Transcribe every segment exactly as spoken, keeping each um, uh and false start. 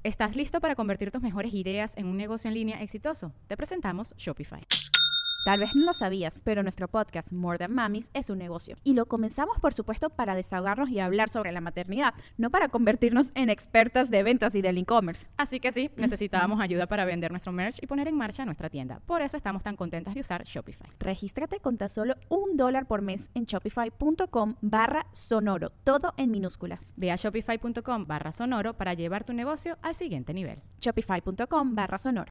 ¿Estás listo para convertir tus mejores ideas en un negocio en línea exitoso? Te presentamos Shopify. Tal vez no lo sabías, pero nuestro podcast More Than Mamis es un negocio. Y lo comenzamos, por supuesto, para desahogarnos y hablar sobre la maternidad, no para convertirnos en expertas de ventas y del e-commerce. Así que sí, necesitábamos ayuda para vender nuestro merch y poner en marcha nuestra tienda. Por eso estamos tan contentas de usar Shopify. Regístrate con tan solo un dólar por mes en shopify.com barra sonoro, todo en minúsculas. Ve a shopify.com barra sonoro para llevar tu negocio al siguiente nivel. Shopify.com barra sonoro.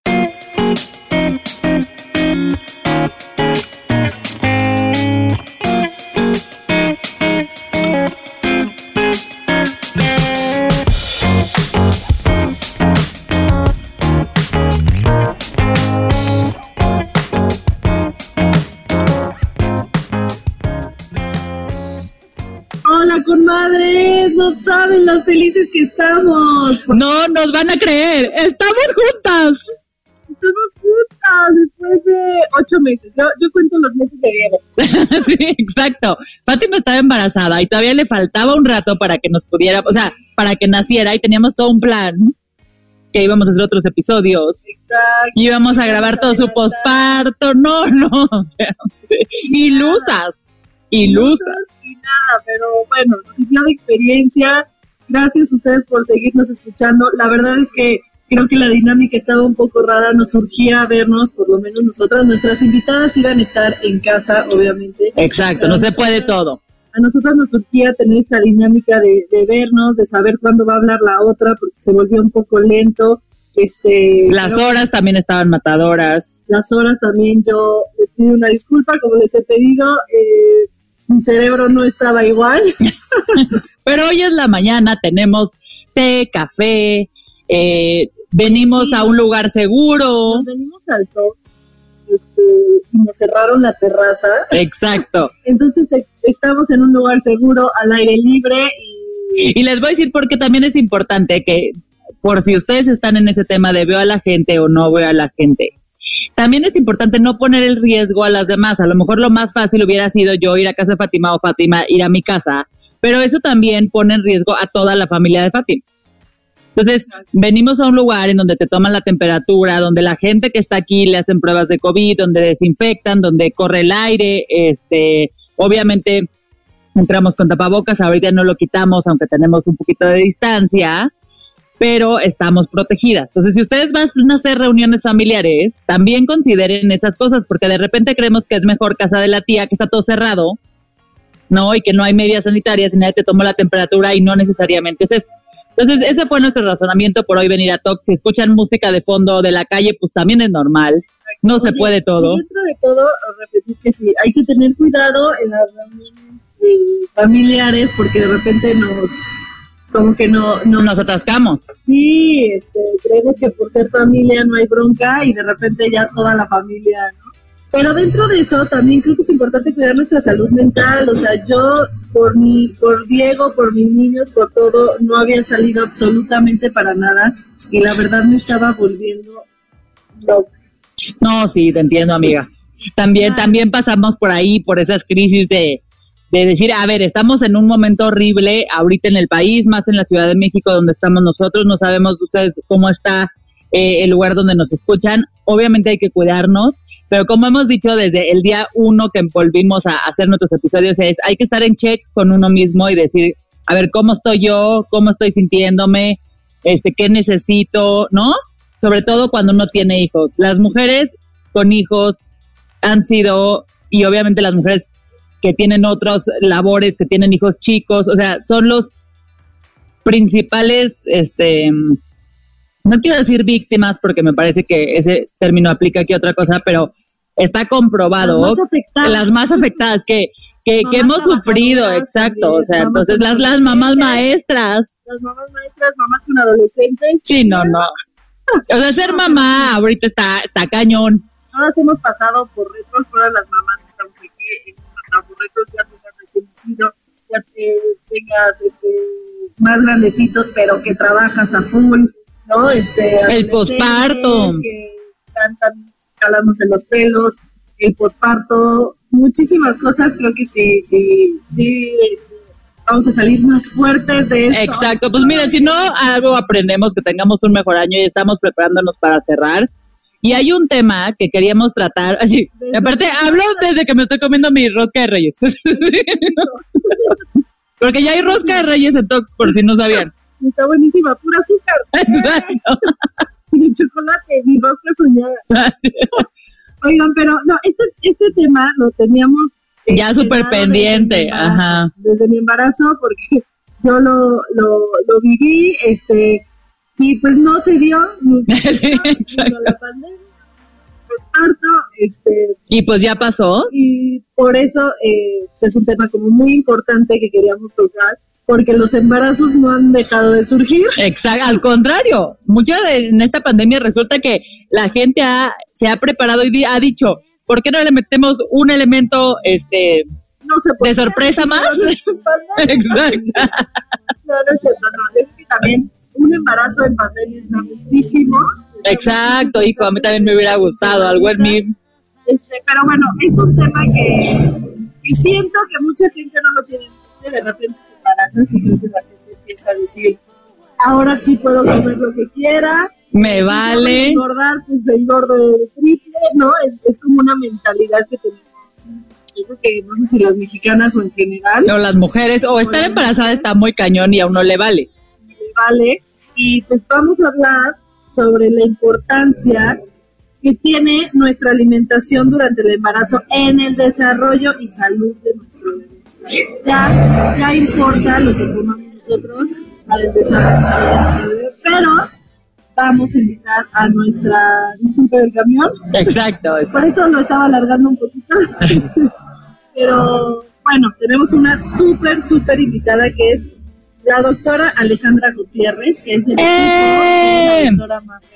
Hola, comadres, no saben lo felices que estamos. No nos van a creer, estamos juntas. Estamos juntas después de ocho meses. Yo, yo cuento los meses de guerra. Sí, exacto. Fátima estaba embarazada y todavía le faltaba un rato para que nos pudiera, o sea, para que naciera, y teníamos todo un plan que íbamos a hacer otros episodios. Exacto. Y íbamos a grabar todo su posparto. No, no, o sea, sí. ilusas. Ilusas. Y nada, pero bueno, nos sirvió de experiencia. Gracias a ustedes por seguirnos escuchando. La verdad es que creo que la dinámica estaba un poco rara, nos surgía vernos, por lo menos nosotras. Nuestras invitadas iban a estar en casa, obviamente. Exacto, no se puede todo. A nosotras nos surgía tener esta dinámica de, de vernos, de saber cuándo va a hablar la otra, porque se volvió un poco lento. Este, las horas también estaban matadoras. Las horas también, yo les pido una disculpa, como les he pedido, eh, mi cerebro no estaba igual. Pero hoy es la mañana, tenemos té, café, eh, venimos sí, a un lugar seguro. Nos venimos al Tox, este, y nos cerraron la terraza. Exacto. Entonces ex- estamos en un lugar seguro, al aire libre. Y... y les voy a decir porque también es importante que, por si ustedes están en ese tema de veo a la gente o no veo a la gente, también es importante no poner el riesgo a las demás. A lo mejor lo más fácil hubiera sido yo ir a casa de Fátima o Fátima ir a mi casa, pero eso también pone en riesgo a toda la familia de Fátima. Entonces, venimos a un lugar en donde te toman la temperatura, donde la gente que está aquí le hacen pruebas de COVID, donde desinfectan, donde corre el aire, este, obviamente entramos con tapabocas, ahorita no lo quitamos, aunque tenemos un poquito de distancia, pero estamos protegidas. Entonces, si ustedes van a hacer reuniones familiares, también consideren esas cosas, porque de repente creemos que es mejor casa de la tía, que está todo cerrado, ¿no? Y que no hay medidas sanitarias y nadie te tomó la temperatura, y no necesariamente es eso. Entonces, ese fue nuestro razonamiento por hoy venir a Tox. Si escuchan música de fondo de la calle, pues también es normal. Exacto. No Oye, se puede todo. Y dentro de todo, repetir que sí, hay que tener cuidado en las reuniones eh, familiares, porque de repente nos... como que no, no nos atascamos. Sí, este, creemos que por ser familia no hay bronca y de repente ya toda la familia, ¿no? Pero dentro de eso también creo que es importante cuidar nuestra salud mental. O sea, yo por mi, por Diego, por mis niños, por todo, no había salido absolutamente para nada y la verdad me estaba volviendo loca. No, sí, te entiendo, amiga. También, ah. también pasamos por ahí, por esas crisis de de decir, a ver, estamos en un momento horrible ahorita en el país, más en la Ciudad de México donde estamos nosotros, no sabemos ustedes cómo está eh, el lugar donde nos escuchan. Obviamente hay que cuidarnos, pero como hemos dicho desde el día uno que volvimos a hacer nuestros episodios, es hay que estar en check con uno mismo y decir, a ver, ¿cómo estoy yo? ¿Cómo estoy sintiéndome? Este, ¿qué necesito? ¿No? Sobre todo cuando uno tiene hijos. Las mujeres con hijos han sido, y obviamente las mujeres que tienen otras labores, que tienen hijos chicos, o sea, son los principales, este, no quiero decir víctimas, porque me parece que ese término aplica aquí a otra cosa, pero está comprobado. Las más afectadas. Las más afectadas que, que, que hemos sufrido, exacto, también, o sea, entonces las, las mamás maestras. Las mamás maestras, mamás con adolescentes. Sí, no, no. O sea, ser mamá ahorita está, está cañón. Todas hemos pasado por retos, todas las mamás que estamos aquí hemos pasado por retos, ya tengas recién nacido, ya te tengas este, más grandecitos, pero que trabajas a full, ¿no? Este, el posparto. Que están también jalándose los pelos, el posparto, muchísimas cosas, creo que sí, sí, sí, este, vamos a salir más fuertes de esto. Exacto, pues mira, si no algo aprendemos, que tengamos un mejor año y estamos preparándonos para cerrar. Y hay un tema que queríamos tratar, así, desde aparte hablo desde que me estoy comiendo mi rosca de Reyes. Porque ya hay rosca de Reyes en Tox, por si no sabían. Está buenísima, pura azúcar. Exacto. De chocolate, mi rosca soñada. Oigan, pero no, este, este tema lo teníamos ya súper pendiente, desde ajá. Desde mi embarazo, porque yo lo, lo, lo viví, este, y pues no se dio, no, sí, exacto. La pandemia, pues parto, este. Y pues ya pasó. Y por eso eh, pues es un tema como muy importante que queríamos tocar, porque los embarazos no han dejado de surgir. Exacto, al contrario, mucha de en esta pandemia resulta que la gente ha, se ha preparado y di, ha dicho, ¿por qué no le metemos un elemento este no se puede de sorpresa hacer, más? No, exacto. No, no es cierto, no. Yo creo que también un embarazo en pandemia está justísimo. Está exacto, hijo, a mí también me hubiera gustado algo en mí. Este, pero bueno, es un tema que, que siento que mucha gente no lo tiene en mente. De repente te embarazas y creo que la gente empieza a decir, ahora sí puedo comer lo que quiera. Me si vale. Engordar, pues engordo el triple, ¿no? Es, es como una mentalidad que tenemos. Yo creo que no sé si las mexicanas o en general. O las mujeres, o estar o embarazada mujeres, está muy cañón y a uno le vale. Le vale. Y pues vamos a hablar sobre la importancia que tiene nuestra alimentación durante el embarazo en el desarrollo y salud de nuestro bebé. Ya, ya importa lo que comamos nosotros para el desarrollo y salud de nuestro bebé, pero vamos a invitar a nuestra disculpe del camión. Exacto. Está. Por eso lo estaba alargando un poquito. Pero bueno, tenemos una súper, súper invitada que es la doctora Alejandra Gutiérrez, que es del equipo ¡Eh! de la doctora Mame.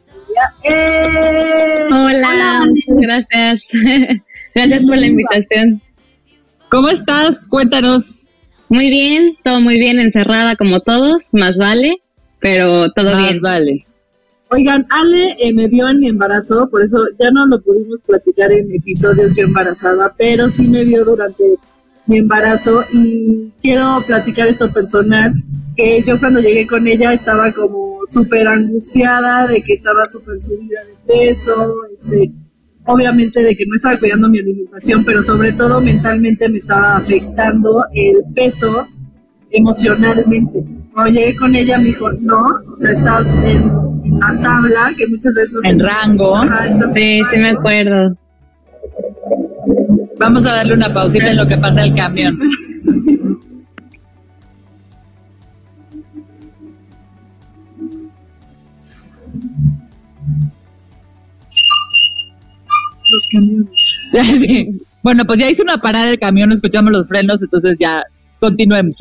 ¡Eh! Hola, Hola, gracias. Gracias por la invitación. ¿Cómo estás? Cuéntanos. Muy bien, todo muy bien, encerrada como todos, más vale, pero todo más bien. Vale. Oigan, Ale eh, me vio en mi embarazo, por eso ya no lo pudimos platicar en episodios yo embarazada, pero sí me vio durante mi embarazo y quiero platicar esto personal, que yo cuando llegué con ella estaba como súper angustiada de que estaba súper subida de peso, este, obviamente de que no estaba cuidando mi alimentación, pero sobre todo mentalmente me estaba afectando el peso emocionalmente. Cuando llegué con ella me dijo, no, o sea, estás en, en la tabla, que muchas veces no en rango. Ajá, sí, en rango. Sí me acuerdo. Vamos a darle una pausita en lo que pasa el camión. Los camiones. Sí. Bueno, pues ya hizo una parada el camión, escuchamos los frenos, entonces ya continuemos.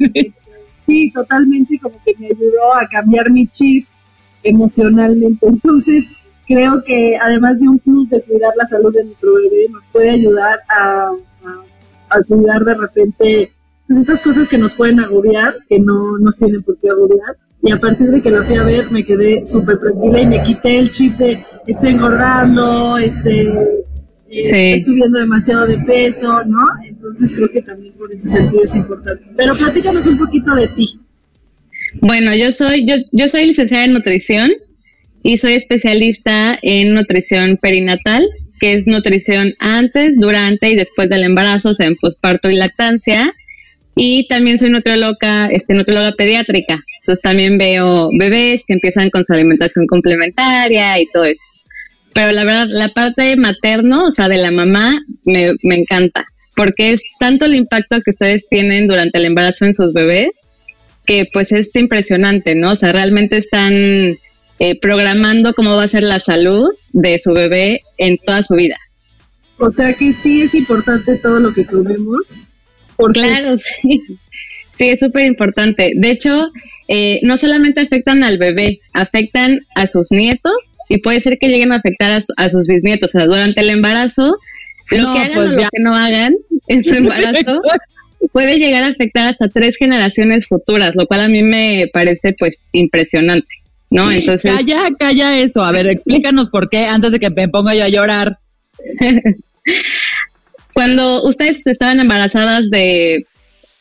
Sí, totalmente, como que me ayudó a cambiar mi chip emocionalmente. Entonces, creo que además de un plus de cuidar la salud de nuestro bebé, nos puede ayudar a, a, a cuidar de repente pues estas cosas que nos pueden agobiar, que no nos tienen por qué agobiar. Y a partir de que la fui a ver, me quedé súper tranquila y me quité el chip de estoy engordando, este, eh, sí. estoy subiendo demasiado de peso, ¿no? Entonces creo que también por ese sentido es importante. Pero platícanos un poquito de ti. Bueno, yo soy, yo, yo soy licenciada en nutrición y soy especialista en nutrición perinatal, que es nutrición antes, durante y después del embarazo, o sea, en posparto y lactancia. Y también soy nutrióloga, este, nutrióloga pediátrica. Entonces también veo bebés que empiezan con su alimentación complementaria y todo eso. Pero la verdad, la parte materno, o sea, de la mamá, me, me encanta. Porque es tanto el impacto que ustedes tienen durante el embarazo en sus bebés, que pues es impresionante, ¿no? O sea, realmente están eh, programando cómo va a ser la salud de su bebé en toda su vida. O sea que sí es importante todo lo que comemos. Claro, sí. Sí, es súper importante. De hecho, eh, no solamente afectan al bebé, afectan a sus nietos y puede ser que lleguen a afectar a, su, a sus bisnietos. O sea, durante el embarazo, lo no, que hagan pues o ya. lo que no hagan en su embarazo puede llegar a afectar hasta tres generaciones futuras, lo cual a mí me parece pues impresionante, ¿no? Entonces, calla, calla eso. A ver, explícanos por qué antes de que me ponga yo a llorar. Cuando ustedes estaban embarazadas de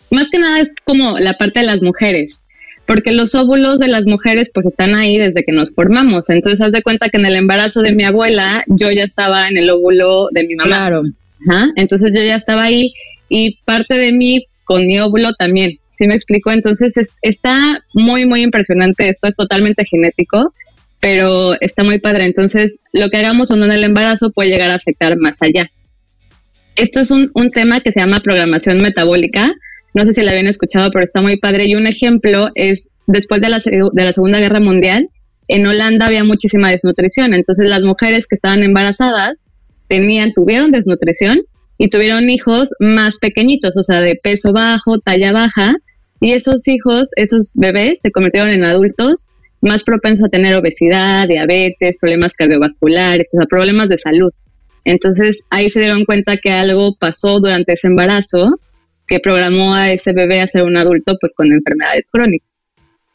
más que nada es como la parte de las mujeres, porque los óvulos de las mujeres pues están ahí desde que nos formamos. Entonces haz de cuenta que en el embarazo de mi abuela yo ya estaba en el óvulo de mi mamá. Claro. Ajá, entonces yo ya estaba ahí y parte de mí con mi óvulo también. ¿Sí me explico? Entonces es, está muy, muy impresionante. Esto es totalmente genético, pero está muy padre. Entonces lo que hagamos o no en el embarazo puede llegar a afectar más allá. Esto es un, un tema que se llama programación metabólica. No sé si la habían escuchado, pero está muy padre. Y un ejemplo es, después de la, de la Segunda Guerra Mundial, en Holanda había muchísima desnutrición. Entonces las mujeres que estaban embarazadas tenían, tuvieron desnutrición y tuvieron hijos más pequeñitos, o sea, de peso bajo, talla baja. Y esos hijos, esos bebés, se convirtieron en adultos más propensos a tener obesidad, diabetes, problemas cardiovasculares, o sea, problemas de salud. Entonces, ahí se dieron cuenta que algo pasó durante ese embarazo que programó a ese bebé a ser un adulto, pues, con enfermedades crónicas.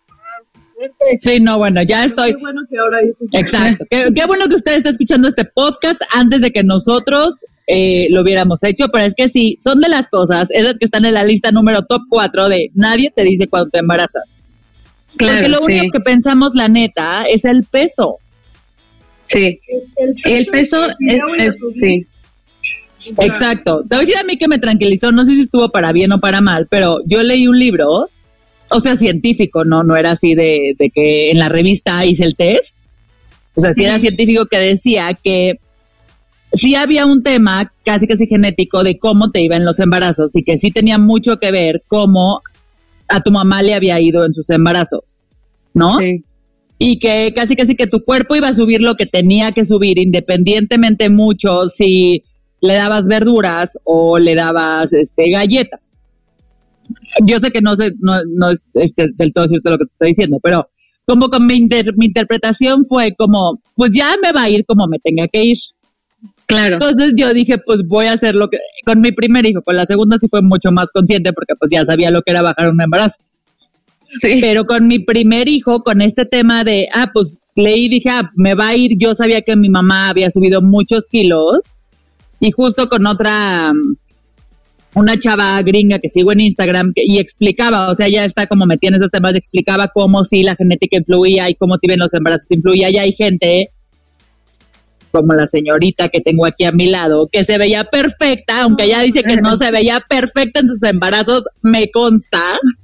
Sí, no, bueno, ya estoy. Qué bueno que ahora estoy. Exacto. Qué, qué bueno que usted está escuchando este podcast antes de que nosotros eh, lo hubiéramos hecho, pero es que sí, son de las cosas, esas que están en la lista número top cuatro de nadie te dice cuando te embarazas. Claro, porque lo sí. único que pensamos, la neta, es el peso. Sí. El, El peso es, es sí. Exacto. Te voy a decir a mí que me tranquilizó, no sé si estuvo para bien o para mal, pero yo leí un libro, o sea, científico, no, no era así de, de que en la revista hice el test. O sea, sí era científico que decía que sí había un tema casi casi genético de cómo te iba en los embarazos y que sí tenía mucho que ver cómo a tu mamá le había ido en sus embarazos, ¿no? Sí. Y que casi casi que tu cuerpo iba a subir lo que tenía que subir independientemente mucho si le dabas verduras o le dabas este galletas. Yo sé que no sé, no, no es este, del todo cierto lo que te estoy diciendo, pero como con mi, inter, mi interpretación fue como, pues ya me va a ir como me tenga que ir. Claro. Entonces yo dije, pues voy a hacer lo que, con mi primer hijo, con la segunda sí fue mucho más consciente porque pues ya sabía lo que era bajar un embarazo. Sí. Pero con mi primer hijo, con este tema de, ah, pues leí y dije, ah, me va a ir, yo sabía que mi mamá había subido muchos kilos y justo con otra, una chava gringa que sigo en Instagram que, y explicaba, o sea, ya está como metida en esos temas, explicaba cómo sí la genética influía y cómo te ven los embarazos influía. Y hay gente como la señorita que tengo aquí a mi lado, que se veía perfecta, aunque ella dice que no se veía perfecta en sus embarazos, me consta.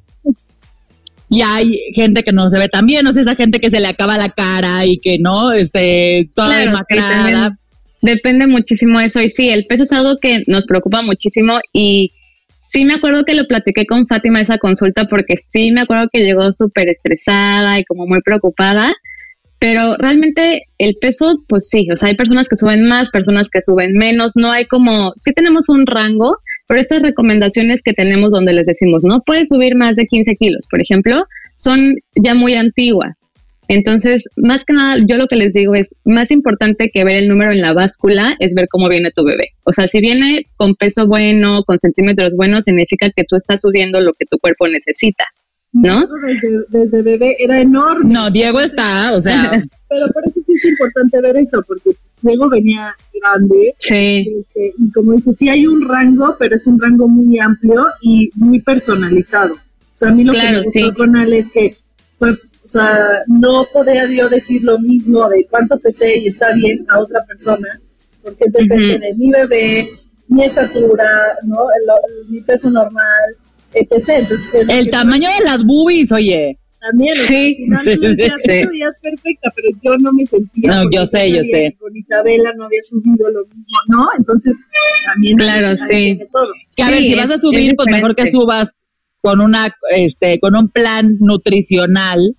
Y hay gente que no se ve tan bien, o sea, esa gente que se le acaba la cara y que no, este, toda Claro, demacrada. sí, depende muchísimo eso. Y sí, el peso es algo que nos preocupa muchísimo. Y sí me acuerdo que lo platiqué con Fátima esa consulta, porque sí me acuerdo que llegó súper estresada y como muy preocupada. Pero realmente el peso, pues sí, o sea, hay personas que suben más, personas que suben menos, no hay como, sí tenemos un rango, pero estas recomendaciones que tenemos donde les decimos, no puedes subir más de quince kilos, por ejemplo, son ya muy antiguas. Entonces, más que nada, yo lo que les digo es, más importante que ver el número en la báscula es ver cómo viene tu bebé. O sea, si viene con peso bueno, con centímetros buenos, significa que tú estás subiendo lo que tu cuerpo necesita, ¿no? Desde, desde bebé era enorme. No, Diego está, o sea. Pero por eso sí es importante ver eso, porque Diego venía grande. Sí. Este, y como dice, sí hay un rango, pero es un rango muy amplio y muy personalizado. O sea, a mí lo Claro, que me gustó sí. con Ale es que fue, o sea, no podría yo decir lo mismo de cuánto pesé y está bien a otra persona, porque depende Ujú. de mi bebé, mi estatura, ¿no? El, el- mi peso normal, etcétera. Entonces, el, El tamaño de las boobies, oye. también, o sea, Sí. al final tú decías, tú Sí. te veías perfecta, pero yo no me sentía. No, porque yo sé, yo sabía sé. que con Isabela no había subido lo mismo, ¿no? Entonces, también Claro, ahí sí. viene todo. Que a Sí, ver, si es- vas a es subir, pues mejor que diferente. subas con una, este, con un plan nutricional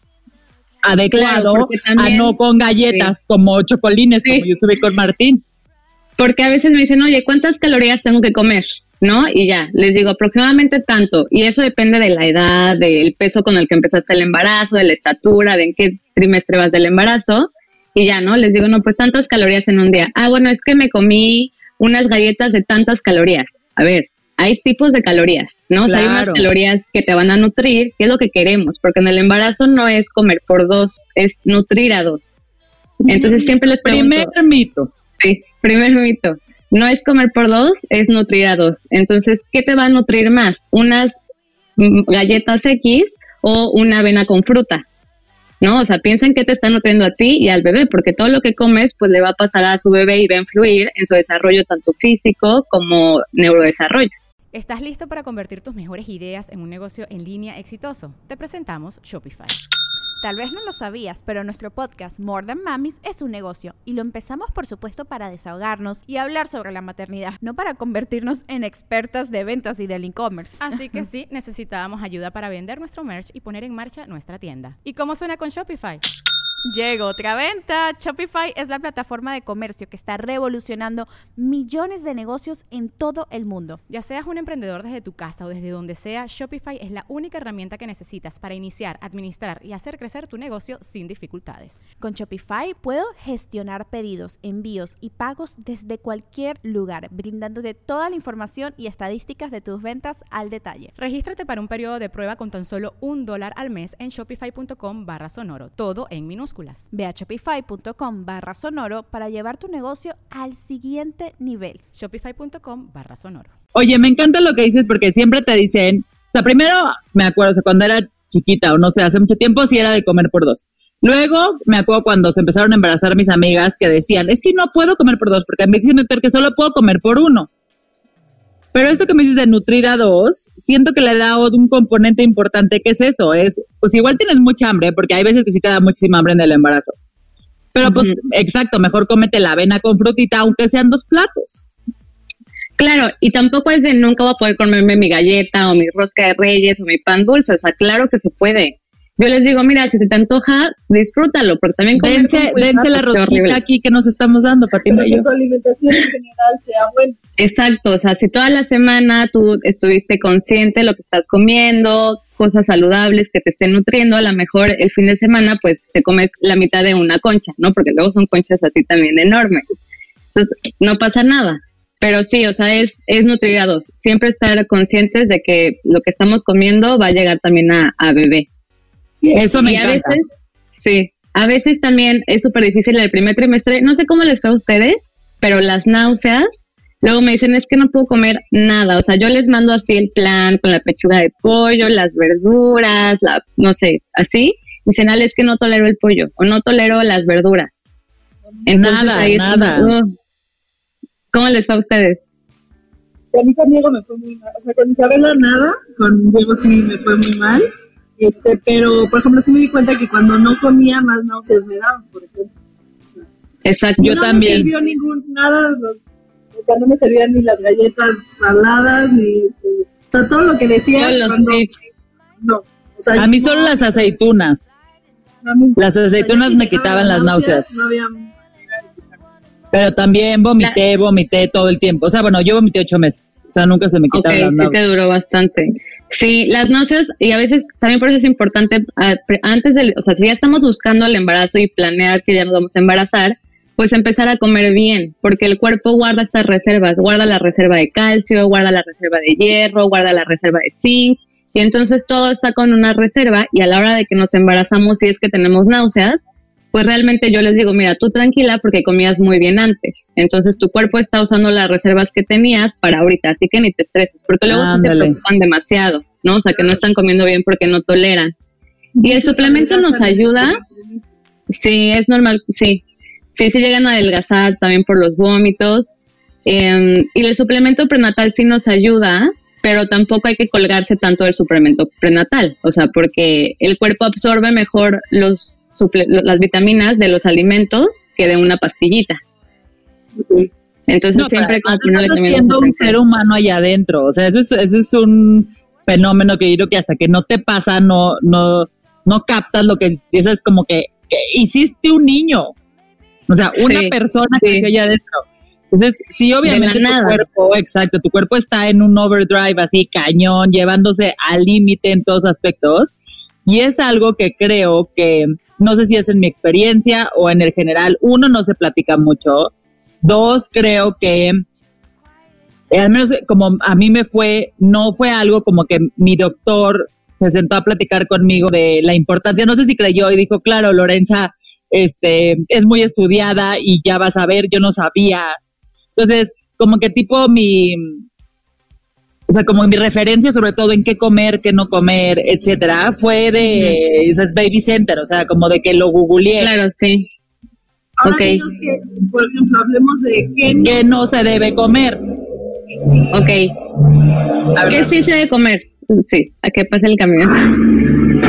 adecuado, Claro, porque también- a no con galletas como chocolines, Sí. como yo subí con Martín. Porque a veces me dicen, oye, ¿cuántas calorías tengo que comer? ¿No? Y ya, les digo aproximadamente tanto. Y eso depende de la edad, del peso con el que empezaste el embarazo, de la estatura, de en qué trimestre vas del embarazo. Y ya, ¿no? Les digo, no, pues tantas calorías en un día. Ah, bueno, es que me comí unas galletas de tantas calorías. A ver, hay tipos de calorías, ¿no? O sea, hay unas Claro. calorías que te van a nutrir, que es lo que queremos, porque en el embarazo no es comer por dos, es nutrir a dos. Entonces siempre les pregunto. Primer mito. Sí, primer mito. No es comer por dos, es nutrir a dos. Entonces, ¿qué te va a nutrir más? Unas galletas X o una avena con fruta, ¿no? O sea, piensa en qué te está nutriendo a ti y al bebé, porque todo lo que comes pues le va a pasar a su bebé y va a influir en su desarrollo tanto físico como neurodesarrollo. ¿Estás listo para convertir tus mejores ideas en un negocio en línea exitoso? Te presentamos Shopify. Tal vez no lo sabías, pero nuestro podcast More Than Mamis es un negocio y lo empezamos por supuesto para desahogarnos y hablar sobre la maternidad, no para convertirnos en expertas de ventas y del e-commerce. Así que sí, necesitábamos ayuda para vender nuestro merch y poner en marcha nuestra tienda. ¿Y cómo suena con Shopify? Llegó otra venta. Shopify es la plataforma de comercio que está revolucionando millones de negocios en todo el mundo. Ya seas un emprendedor desde tu casa o desde donde sea, Shopify es la única herramienta que necesitas para iniciar, administrar y hacer crecer tu negocio sin dificultades. Con Shopify puedo gestionar pedidos, envíos y pagos desde cualquier lugar, brindándote toda la información y estadísticas de tus ventas al detalle. Regístrate para un periodo de prueba con tan solo un dólar al mes en shopify.com barra sonoro, todo en minúsculas. Ve a shopify.com barra sonoro para llevar tu negocio al siguiente nivel. Shopify.com barra sonoro. Oye, me encanta lo que dices porque siempre te dicen, o sea, primero me acuerdo, o sea, cuando era chiquita o no sé, hace mucho tiempo sí era de comer por dos. Luego me acuerdo cuando se empezaron a embarazar mis amigas que decían, es que no puedo comer por dos porque a mí dicen doctor que solo puedo comer por uno. Pero esto que me dices de nutrir a dos, siento que le da un componente importante que es eso, es, pues igual tienes mucha hambre, porque hay veces que sí te da muchísima hambre en el embarazo. Pero uh-huh. pues, exacto, mejor cómete la avena con frutita, aunque sean dos platos. Claro, y tampoco es de nunca voy a poder comerme mi galleta o mi rosca de reyes o mi pan dulce, o sea, claro que se puede. Yo les digo, mira, si se te antoja, disfrútalo, pero también comer dense, con dense la rosquita aquí que nos estamos dando, Fátima y yo. Que tu alimentación en general sea buena. Exacto, o sea, si toda la semana tú estuviste consciente de lo que estás comiendo, cosas saludables que te estén nutriendo, a lo mejor el fin de semana pues te comes la mitad de una concha, ¿no? Porque luego son conchas así también enormes. Entonces, no pasa nada. Pero sí, o sea, es, es nutrir a dos. Siempre estar conscientes de que lo que estamos comiendo va a llegar también a, a bebé. Eso me y encanta. A veces, sí, a veces también es súper difícil el primer trimestre. No sé cómo les fue a ustedes, pero las náuseas, luego me dicen, es que no puedo comer nada. O sea, yo les mando así el plan con la pechuga de pollo, las verduras, la, no sé, así. Dicen, Ale, es que no tolero el pollo o no tolero las verduras. Entonces, nada, ahí es nada. Como, uh, ¿cómo les fue a ustedes? A mí con Diego me fue muy mal. O sea, con Isabela nada, con Diego sí me fue muy mal. Este, pero, por ejemplo, sí me di cuenta que cuando no comía, más náuseas me daban, por ejemplo. O sea, exacto, yo no también. No me sirvió ningún, nada, los, o sea, no me servían ni las galletas saladas, ni, este, o sea, todo lo que decía. Todos los cuando, tips. No, o sea, A mí no, solo las aceitunas. a mí, Las aceitunas o sea, me quitaban las náuseas. No había. Pero también vomité, vomité todo el tiempo. O sea, bueno, yo vomité ocho meses. O sea, nunca se me quitaron Ok, las sí náuseas. te duró bastante. Sí, las náuseas, y a veces también por eso es importante, a, antes del, o sea, si ya estamos buscando el embarazo y planear que ya nos vamos a embarazar, pues empezar a comer bien, porque el cuerpo guarda estas reservas, guarda la reserva de calcio, guarda la reserva de hierro, guarda la reserva de zinc, y entonces todo está con una reserva, y a la hora de que nos embarazamos, si es que tenemos náuseas, pues realmente yo les digo, mira, tú tranquila porque comías muy bien antes. Entonces tu cuerpo está usando las reservas que tenías para ahorita, así que ni te estreses, porque luego sí se preocupan demasiado, ¿no? O sea, que no están comiendo bien porque no toleran. Y el suplemento nos ayuda, sí, es normal, sí. Sí, sí llegan a adelgazar también por los vómitos. Eh, y el suplemento prenatal sí nos ayuda, pero tampoco hay que colgarse tanto del suplemento prenatal, o sea, porque el cuerpo absorbe mejor los Suple- las vitaminas de los alimentos que de una pastillita. Okay. No, Entonces siempre como continuar también siendo un ser humano allá adentro, o sea, eso es, eso es un fenómeno que yo creo que hasta que no te pasa no no no captas lo que eso es como que, que hiciste un niño, o sea, una sí, persona sí. que vive allá adentro. Entonces, sí, obviamente tu nada. cuerpo, exacto, tu cuerpo está en un overdrive así cañón, llevándose al límite en todos aspectos. Y es algo que creo que, no sé si es en mi experiencia o en el general, uno, no se platica mucho. Dos, creo que, eh, al menos como a mí me fue, no fue algo como que mi doctor se sentó a platicar conmigo de la importancia. No sé si creyó y dijo, claro, Lorenza este, es muy estudiada y ya vas a ver, yo no sabía. Entonces, como que tipo mi... o sea, como mi referencia sobre todo en qué comer, qué no comer, etcétera, fue de uh-huh. esas Baby Center, o sea, como de que lo googleé. Claro, sí. Ahora okay. dinos que, por ejemplo, hablemos de qué no, ¿Qué no se debe comer? Sí. Ok. A ver, ¿qué sí se debe comer? Sí, a que pase el camión.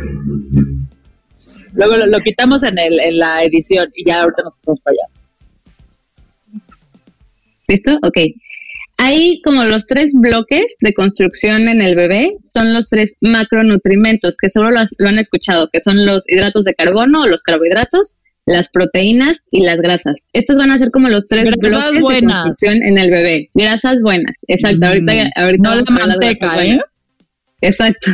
Luego lo, lo quitamos en, el, en la edición y ya ahorita nos pasamos para allá. ¿Listo? Ok. Hay como los tres bloques de construcción en el bebé, son los tres macronutrimentos, que seguro lo, has, lo han escuchado, que son los hidratos de carbono o los carbohidratos, las proteínas y las grasas. Estos van a ser como los tres grasas bloques buenas. de construcción en el bebé. Grasas buenas, exacto. Mm, ahorita, ahorita no la manteca, ¿eh? Exacto.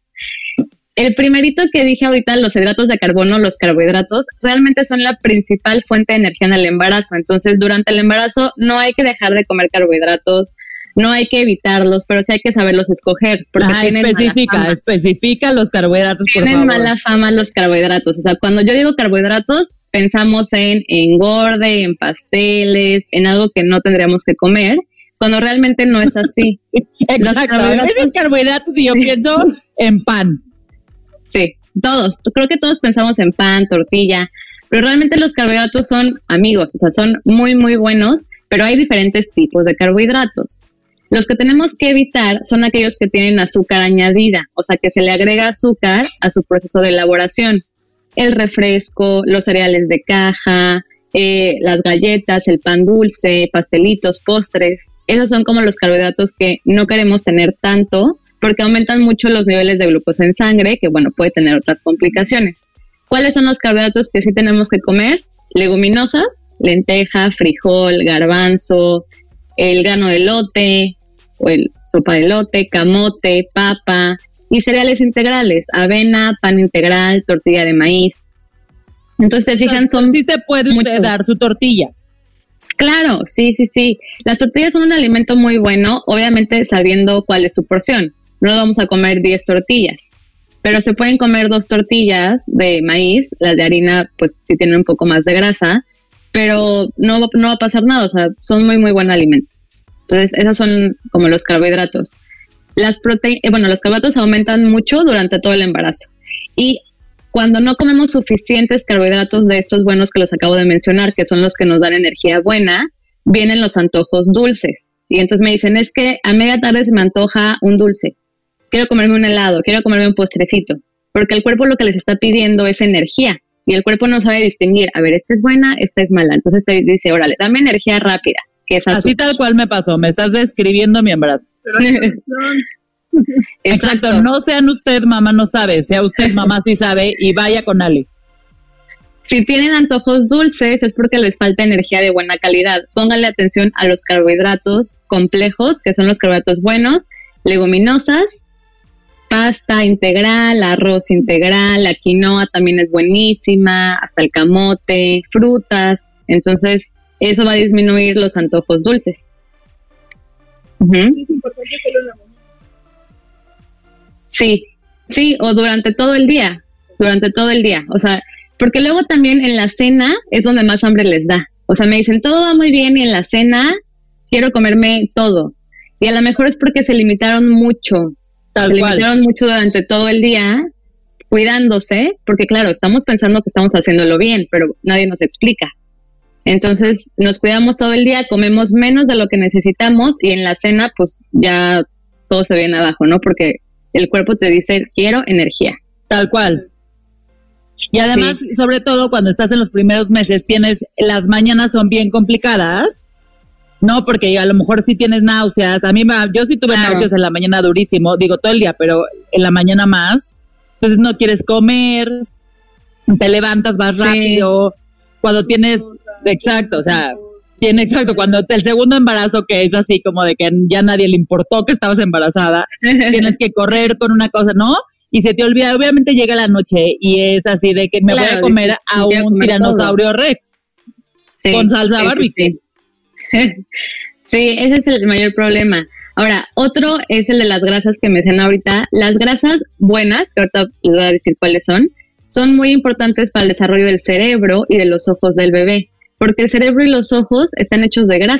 El primerito que dije ahorita, los hidratos de carbono, los carbohidratos, realmente son la principal fuente de energía en el embarazo. Entonces, durante el embarazo no hay que dejar de comer carbohidratos, no hay que evitarlos, pero sí hay que saberlos escoger. Porque ah, tienen especifica, mala fama. especifica los carbohidratos, Tienen por favor. mala fama los carbohidratos. O sea, cuando yo digo carbohidratos, pensamos en engorde, en pasteles, en algo que no tendríamos que comer, cuando realmente no es así. Exacto, a veces carbohidratos y yo pienso en pan. Sí, todos. Creo que todos pensamos en pan, tortilla, pero realmente los carbohidratos son amigos, o sea, son muy, muy buenos, pero hay diferentes tipos de carbohidratos. Los que tenemos que evitar son aquellos que tienen azúcar añadida, o sea, que se le agrega azúcar a su proceso de elaboración. El refresco, los cereales de caja, eh, las galletas, el pan dulce, pastelitos, postres. Esos son como los carbohidratos que no queremos tener tanto, porque aumentan mucho los niveles de glucosa en sangre, que bueno, puede tener otras complicaciones. ¿Cuáles son los carbohidratos que sí tenemos que comer? Leguminosas, lenteja, frijol, garbanzo, el grano de elote, o el sopa de elote, camote, papa, y cereales integrales, avena, pan integral, tortilla de maíz. Entonces, ¿te fijan? Entonces, son sí se puede usted dar su tortilla. Claro, sí, sí, sí. Las tortillas son un alimento muy bueno, obviamente sabiendo cuál es tu porción. No vamos a comer diez tortillas, pero se pueden comer dos tortillas de maíz, las de harina pues sí tienen un poco más de grasa, pero no, no va a pasar nada, o sea, son muy, muy buen alimento. Entonces, esos son como los carbohidratos. Las prote- eh, bueno, los carbohidratos aumentan mucho durante todo el embarazo. Y cuando no comemos suficientes carbohidratos de estos buenos que los acabo de mencionar, que son los que nos dan energía buena, vienen los antojos dulces. Y entonces me dicen, es que a media tarde se me antoja un dulce. Quiero comerme un helado, quiero comerme un postrecito, porque el cuerpo lo que les está pidiendo es energía y el cuerpo no sabe distinguir, a ver, esta es buena, esta es mala, entonces te dice, órale, dame energía rápida, que es azúcar. Así tal cual me pasó, me estás describiendo mi embarazo. Exacto. Exacto, no sean usted mamá no sabe, sea usted mamá sí sabe y vaya con Ale. Si tienen antojos dulces es porque les falta energía de buena calidad. Pónganle atención a los carbohidratos complejos, que son los carbohidratos buenos, leguminosas, pasta integral, arroz integral, la quinoa también es buenísima, hasta el camote, frutas. Entonces, eso va a disminuir los antojos dulces. Uh-huh. Es importante hacerlo en la mañana. Sí, sí, o durante todo el día, durante todo el día. O sea, porque luego también en la cena es donde más hambre les da. O sea, me dicen, todo va muy bien y en la cena quiero comerme todo. Y a lo mejor es porque se limitaron mucho. Tal se cual. limitaron mucho durante todo el día, cuidándose, porque claro, estamos pensando que estamos haciéndolo bien, pero nadie nos explica. Entonces, nos cuidamos todo el día, comemos menos de lo que necesitamos y en la cena, pues ya todo se viene abajo, ¿no? Porque el cuerpo te dice, quiero energía. Tal cual. Y además, sí. sobre todo cuando estás en los primeros meses, tienes, las mañanas son bien complicadas, ¿no? Porque a lo mejor sí tienes náuseas. A mí, yo sí tuve claro. náuseas en la mañana durísimo, digo todo el día, pero en la mañana más. Entonces no quieres comer, te levantas más sí. rápido. Cuando tienes, exacto, o sea, tiene exacto, cuando el segundo embarazo que es así como de que ya nadie le importó que estabas embarazada, tienes que correr con una cosa, ¿no? Y se te olvida, obviamente llega la noche y es así de que me claro, voy a comer dices, a un comer tiranosaurio todo. Rex sí, con salsa barbecue. Sí, sí. sí, ese es el mayor problema. Ahora, otro es el de las grasas que mencioné ahorita. Las grasas buenas, que ahorita les voy a decir cuáles son, son muy importantes para el desarrollo del cerebro y de los ojos del bebé, porque el cerebro y los ojos están hechos de grasa.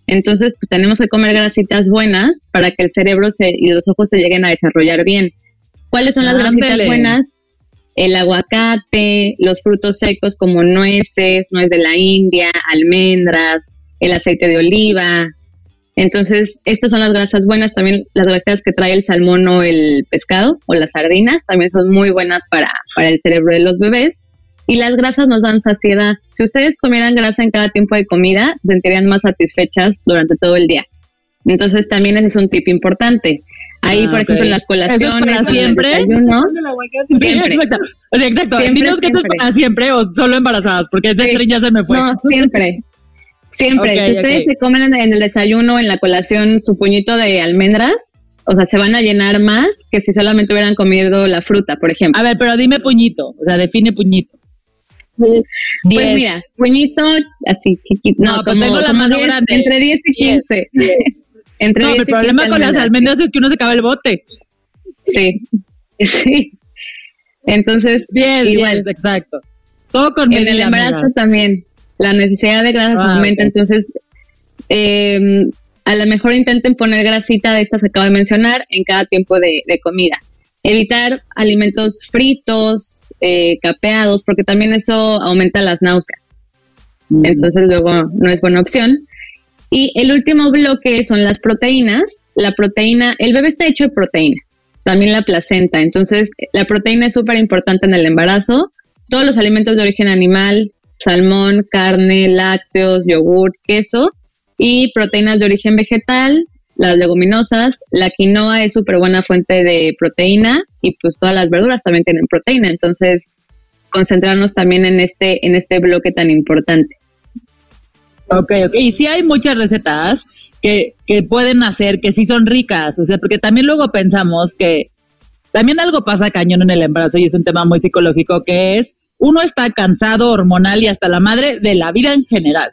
Entonces, pues tenemos que comer grasitas buenas para que el cerebro se, y los ojos se lleguen a desarrollar bien. ¿Cuáles son las Ándele. grasitas buenas? El aguacate, los frutos secos como nueces, nuez de la India, almendras, el aceite de oliva. Entonces, estas son las grasas buenas. También las grasas que trae el salmón o el pescado o las sardinas también son muy buenas para, para el cerebro de los bebés. Y las grasas nos dan saciedad. Si ustedes comieran grasa en cada tiempo de comida, se sentirían más satisfechas durante todo el día. Entonces, también ese es un tip importante. Ahí, Ah, por ok. ejemplo, en las colaciones, ¿Eso es para en el siempre? desayuno, Sí, siempre. exacto. O sea, exacto. Siempre, Dinos que esto es siempre. para siempre o solo embarazadas, porque ese Sí. tren ya se me fue. No, siempre. Siempre. Ok, si ustedes ok. se comen en, en el desayuno, en la colación, su puñito de almendras, o sea, se van a llenar más que si solamente hubieran comido la fruta, por ejemplo. A ver, pero dime puñito, o sea, define puñito. Pues Diez. mira, puñito así chiquito. No, No, pues como, tengo la como mano diez, grande. entre diez y Diez. quince. Entre No, diez el y problema quince con las almendras es que uno se acaba el bote. Sí, sí. Entonces, Diez, igual. diez, exacto. Todo con En el medida, embarazo amigas. también, la necesidad de grasas Ah, aumenta, ok. entonces eh, a lo mejor intenten poner grasita de estas que acabo de mencionar en cada tiempo de, de comida. Evitar alimentos fritos, eh, capeados, porque también eso aumenta las náuseas. Mm. Entonces luego no es buena opción. Y el último bloque son las proteínas. La proteína, el bebé está hecho de proteína, también la placenta. Entonces la proteína es súper importante en el embarazo. Todos los alimentos de origen animal, salmón, carne, lácteos, yogur, queso y proteínas de origen vegetal, las leguminosas. La quinoa es súper buena fuente de proteína y pues todas las verduras también tienen proteína. Entonces concentrarnos también en este, en este bloque tan importante. Ok, ok. Y sí hay muchas recetas que, que pueden hacer que sí son ricas, o sea, porque también luego pensamos que también algo pasa cañón en el embarazo y es un tema muy psicológico, que es uno está cansado hormonal y hasta la madre de la vida en general.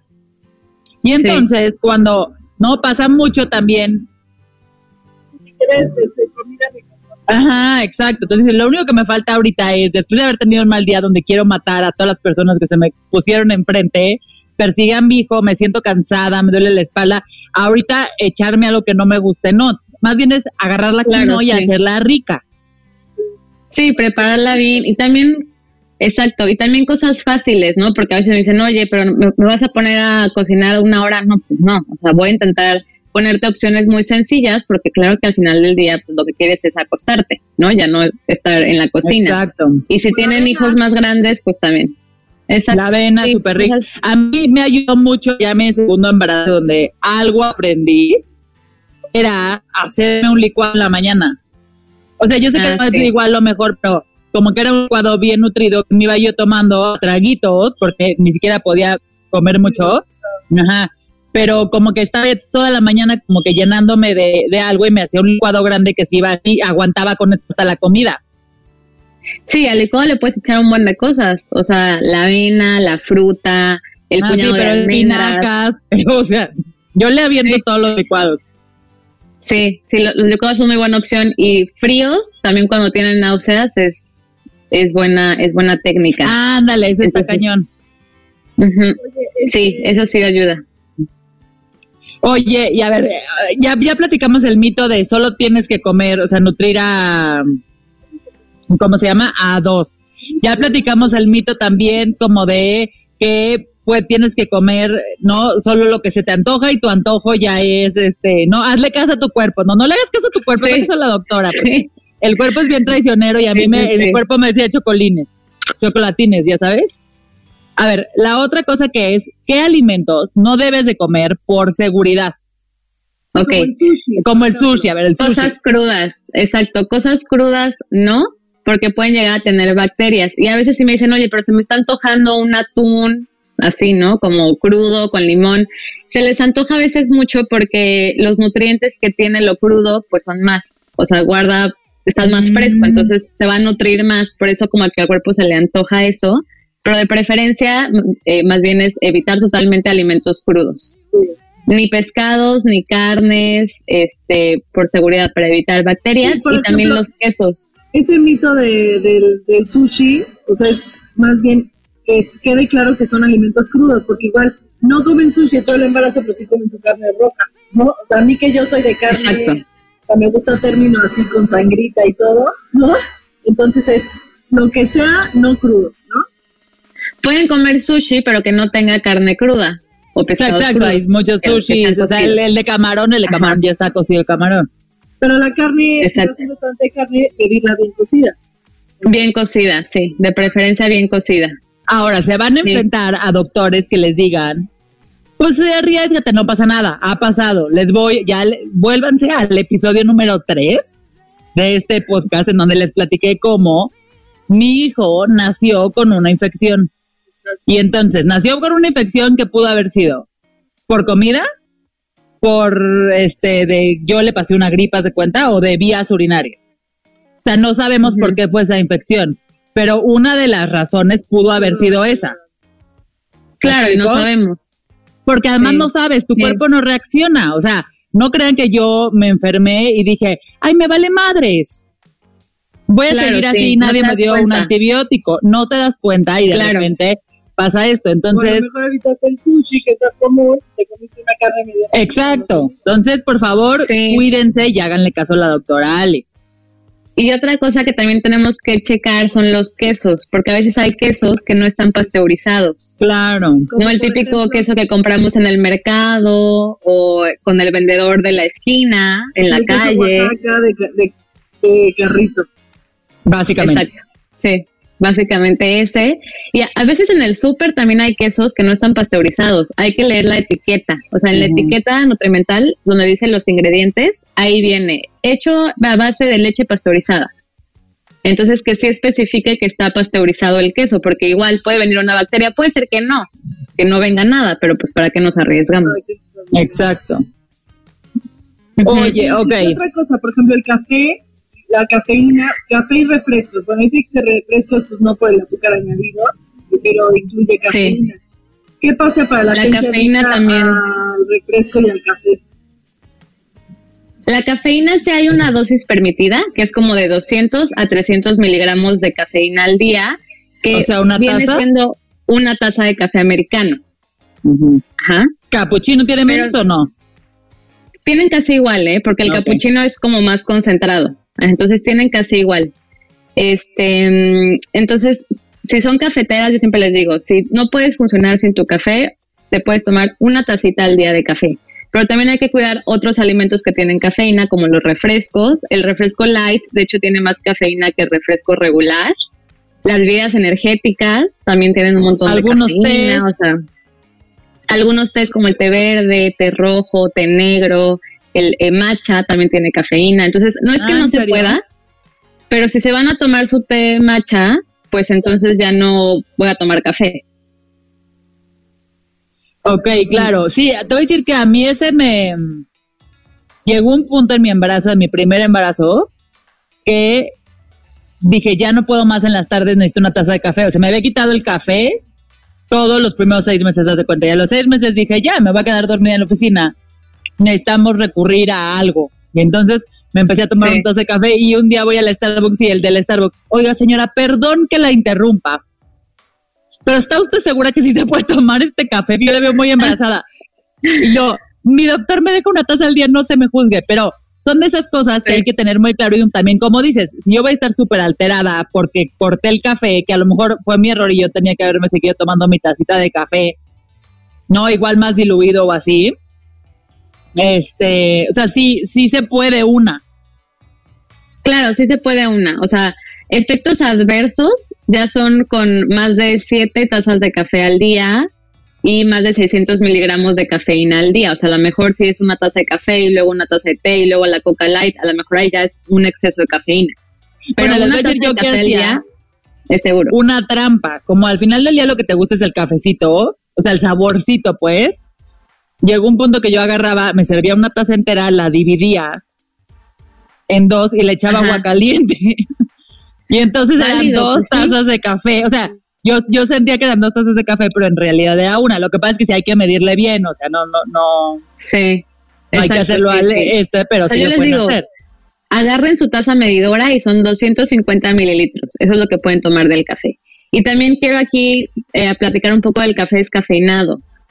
Y entonces sí. cuando no pasa mucho también... ¿Quieres este, comida rica? Ajá, exacto. Entonces lo único que me falta ahorita es, después de haber tenido un mal día donde quiero matar a todas las personas que se me pusieron enfrente, persigan mi hijo, me siento cansada, me duele la espalda, ahorita echarme algo que no me guste, no, más bien es agarrar la Claro, quinoa y sí. hacerla rica. Sí, prepararla bien y también, exacto, y también cosas fáciles, ¿no? Porque a veces me dicen, oye, pero me, me vas a poner a cocinar una hora, no, pues no, o sea, voy a intentar ponerte opciones muy sencillas porque claro que al final del día pues lo que quieres es acostarte, ¿no? Ya no estar en la cocina. Exacto. Y si tienen hijos más grandes, pues también. Exacto. La avena, sí, súper rica. Esas... A mí me ayudó mucho ya mi segundo embarazo, donde algo aprendí, era hacerme un licuado en la mañana. O sea, yo sé Ah, que no sí. es igual lo mejor, pero como que era un licuado bien nutrido, me iba yo tomando traguitos, porque ni siquiera podía comer mucho. Ajá. Pero como que estaba toda la mañana como que llenándome de, de algo y me hacía un licuado grande que se iba y aguantaba con esto hasta la comida. Sí, al licuado le puedes echar un buen de cosas, o sea, la avena, la fruta, el ah, puñado sí, de pero almendras. espinacas, o sea, yo le aviento Sí. todos los licuados. Sí, sí, lo- los licuados son muy buena opción y fríos, también cuando tienen náuseas es, es buena, es buena técnica. Ándale, eso está Entonces, cañón. Ujú. Oye, Sí, este, eso sí ayuda. Oye, y a ver, eh, ya, ya platicamos el mito de solo tienes que comer, o sea, nutrir a, ¿cómo se llama? A dos. Ya platicamos el mito también como de que pues tienes que comer, no solo lo que se te antoja y tu antojo ya es, este, no, hazle caso a tu cuerpo, no, no le hagas caso a tu cuerpo, Sí. hazle caso a la doctora. porque Sí, El cuerpo es bien traicionero y a mí Sí, me, sí, mi sí. cuerpo me decía chocolines, chocolatines, ya sabes. A ver, la otra cosa que es, ¿qué alimentos no debes de comer por seguridad? sí, ok. como el sushi. Como el sushi, a ver, el sushi. Cosas crudas, exacto, cosas crudas no, porque pueden llegar a tener bacterias. Y a veces sí me dicen, oye, pero se me está antojando un atún, así, ¿no? Como crudo, con limón. Se les antoja a veces mucho porque los nutrientes que tiene lo crudo, pues son más. O sea, guarda, estás más Mm. fresco, entonces te va a nutrir más. Por eso como que al cuerpo se le antoja eso. Pero de preferencia, eh, más bien es evitar totalmente alimentos crudos. Ni pescados, ni carnes, este, por seguridad, para evitar bacterias. Sí, por y también ejemplo, los quesos. Ese mito de, del, del sushi, o sea, es más bien que es- quede claro que son alimentos crudos, porque igual no comen sushi todo el embarazo, pero sí comen su carne roja, ¿no? O sea, a mí que yo soy de carne, Exacto. o sea, me gusta término así con sangrita y todo, ¿no? Entonces es lo que sea, no crudo, ¿no? Pueden comer sushi, pero que no tenga carne cruda o pescado. Exacto, hay muchos sushis, o sea, el, el de camarón, el de camarón Ajá. ya está cocido el camarón. Pero la carne, si no haciendo tanta carne, pedirla bien cocida. Bien cocida, sí, de preferencia bien cocida. Ahora, se van a enfrentar sí. a doctores que les digan, pues arriésgate, no pasa nada, ha pasado. Les voy, ya, vuélvanse al episodio número tres de este podcast en donde les platiqué cómo mi hijo nació con una infección. Y entonces, nació con una infección que pudo haber sido por comida, por este, de yo le pasé una gripa, ¿de cuenta? O de vías urinarias. O sea, no sabemos uh-huh. por qué fue esa infección, pero una de las razones pudo haber sido esa. Claro, y no sabemos. Porque además sí. no sabes, tu sí. cuerpo no reacciona. O sea, no crean que yo me enfermé y dije, ay, me vale madres. Voy a claro, seguir así, sí. nadie no me dio cuenta. un antibiótico. No te das cuenta y de claro. repente pasa esto. Entonces, bueno, mejor evitaste el sushi, que es más común, te comiste una carne medio. Exacto. Entonces, por favor, sí. cuídense y háganle caso a la doctora Ale. Y otra cosa que también tenemos que checar son los quesos, porque a veces hay quesos que no están pasteurizados. Claro. No el típico ejemplo? queso que compramos en el mercado o con el vendedor de la esquina, en la el calle. Queso Oaxaca de, de, de carrito. Básicamente. Exacto, sí. Básicamente ese. Y a, a veces en el súper también hay quesos que no están pasteurizados. Hay que leer la etiqueta. O sea, en uh-huh. la etiqueta nutrimental, donde dice los ingredientes, ahí viene hecho a base de leche pasteurizada. Entonces, que sí especifique que está pasteurizado el queso, porque igual puede venir una bacteria, puede ser que no, que no venga nada, pero pues ¿para qué nos arriesgamos? Exacto. Oye, ok. Y otra cosa, por ejemplo, el café, la cafeína, café y refrescos. Bueno, hay que de refrescos, pues no por el azúcar añadido, pero incluye cafeína. Sí. ¿Qué pasa para la, la gente cafeína también al refresco y al café? La cafeína sí hay una dosis permitida, que es como de doscientos a trescientos miligramos de cafeína al día, que o sea, ¿una viene taza? siendo una taza de café americano. Uh-huh. Ajá. ¿Capuchino tiene menos o no? Tienen casi igual, ¿eh? Porque el okay. capuchino es como más concentrado. Entonces tienen casi igual. Este, entonces, si son cafeteras, yo siempre les digo, si no puedes funcionar sin tu café, te puedes tomar una tacita al día de café. Pero también hay que cuidar otros alimentos que tienen cafeína, como los refrescos. El refresco light, de hecho, tiene más cafeína que el refresco regular. Las bebidas energéticas también tienen un montón algunos de cafeína. O sea, algunos tés como el té verde, té rojo, té negro, el eh, matcha también tiene cafeína. Entonces, no es que ah, no se serio? pueda, pero si se van a tomar su té matcha, pues entonces ya no voy a tomar café. Ok, claro. Sí, te voy a decir que a mí ese me... Llegó un punto en mi embarazo, en mi primer embarazo, que dije, ya no puedo más en las tardes, necesito una taza de café. O sea, me había quitado el café todos los primeros seis meses, haz de cuenta. Y a los seis meses dije, ya, me voy a quedar dormida en la oficina. Necesitamos recurrir a algo. Y entonces me empecé a tomar sí. un taza de café y un día voy al Starbucks y el del Starbucks, oiga señora, perdón que la interrumpa, pero ¿está usted segura que sí se puede tomar este café? Yo la veo muy embarazada. Y yo, mi doctor me deja una taza al día, no se me juzgue, pero son de esas cosas que sí. hay que tener muy claro. Y también, como dices, si yo voy a estar súper alterada porque corté el café, que a lo mejor fue mi error y yo tenía que haberme seguido tomando mi tacita de café, no, igual más diluido o así. Este, o sea, sí, sí se puede una. Claro, sí se puede una. O sea, efectos adversos ya son con más de siete tazas de café al día y más de seiscientos miligramos de cafeína al día. O sea, a lo mejor si es una taza de café y luego una taza de té y luego la Coca Light, a lo mejor ahí ya es un exceso de cafeína. Pero bueno, una les voy a decir yo que hacía es seguro. Una trampa. Como al final del día lo que te gusta es el cafecito, o sea, el saborcito, pues. Llegó un punto que yo agarraba, me servía una taza entera, la dividía en dos y le echaba Ajá. agua caliente. Y entonces Válido, eran dos pues, tazas ¿sí? de café. O sea, yo, yo sentía que eran dos tazas de café, pero en realidad era una. Lo que pasa es que sí hay que medirle bien. O sea, no, no, no. Sí. No hay que hacerlo sí, al sí. este, pero o sea, sí lo pueden digo, hacer. Agarren su taza medidora y son doscientos cincuenta mililitros. Eso es lo que pueden tomar del café. Y también quiero aquí eh, platicar un poco del café descafeinado.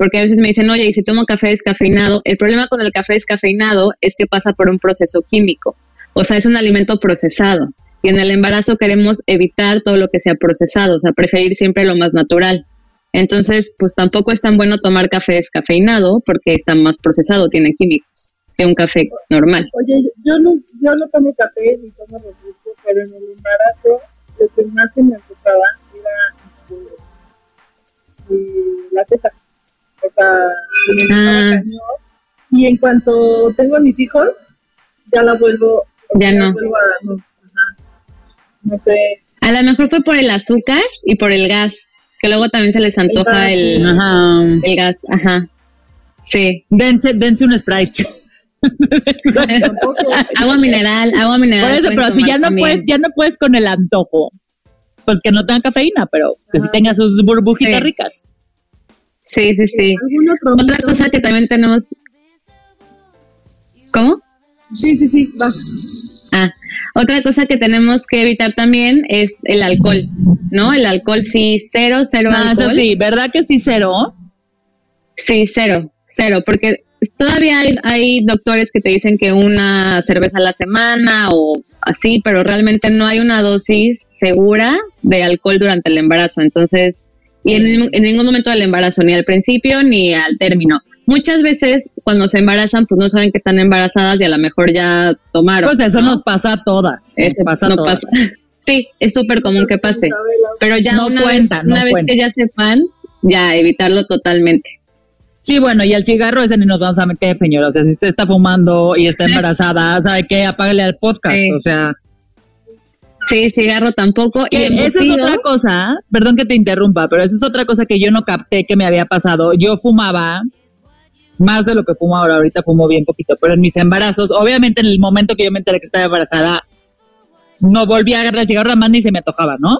porque a veces me dicen, oye, y si tomo café descafeinado, el problema con el café descafeinado es que pasa por un proceso químico, o sea, es un alimento procesado, y en el embarazo queremos evitar todo lo que sea procesado, o sea, preferir siempre lo más natural. Entonces, pues tampoco es tan bueno tomar café descafeinado porque está más procesado, tiene químicos, que un café normal. Oye, yo no, yo no tomo café ni tomo refresco, pero en el embarazo lo que más se me antojaba era este, eh, la teta. O sea, se me antojaba Ah. cañón. Y en cuanto tengo a mis hijos, ya la vuelvo, o Ya sea, no. la vuelvo a, no, ajá, no sé. A lo mejor fue por el azúcar y por el gas, que luego también se les antoja El gas, el, Ajá. el gas, ajá. Sí. Dense, dense un Sprite. Tampoco. Agua mineral, agua mineral. Por eso, pueden pero si tomar ya no también. puedes, ya no puedes con el antojo, pues que no tenga cafeína, pero pues que sí tenga sus burbujitas Sí. ricas. Sí, sí, sí. ¿Algún otro Otra mito? cosa que también tenemos. ¿Cómo? Sí, sí, sí, va. Ah, otra cosa que tenemos que evitar también es el alcohol, ¿no? El alcohol sí, cero, cero Ah, alcohol. eso sí, ¿verdad que sí cero? Sí, cero, cero, porque todavía hay, hay doctores que te dicen que una cerveza a la semana o así, pero realmente no hay una dosis segura de alcohol durante el embarazo. Entonces, y en, ningún- en ningún momento del embarazo, ni al principio ni al término. Muchas veces cuando se embarazan, pues no saben que están embarazadas y a lo mejor ya tomaron. Pues eso ¿no? nos pasa a todas. Nos Eso pasa a no todas. pasa. Sí, es súper común que pase. Pero ya No una, cuenta, vez, no una vez cuenta. que ya sepan, ya evitarlo totalmente. Sí, bueno, y el cigarro ese ni nos vamos a meter, señora. O sea, si usted está fumando y está embarazada, ¿sabe qué? Apáguele al podcast. Sí. O sea, Sí, cigarro tampoco. que y esa es embutido, otra cosa, perdón que te interrumpa, pero esa es otra cosa que yo no capté que me había pasado. Yo fumaba más de lo que fumo ahora, ahorita fumo bien poquito, pero en mis embarazos, obviamente en el momento que yo me enteré que estaba embarazada, no volví a agarrar el cigarro, más ni se me antojaba, ¿no?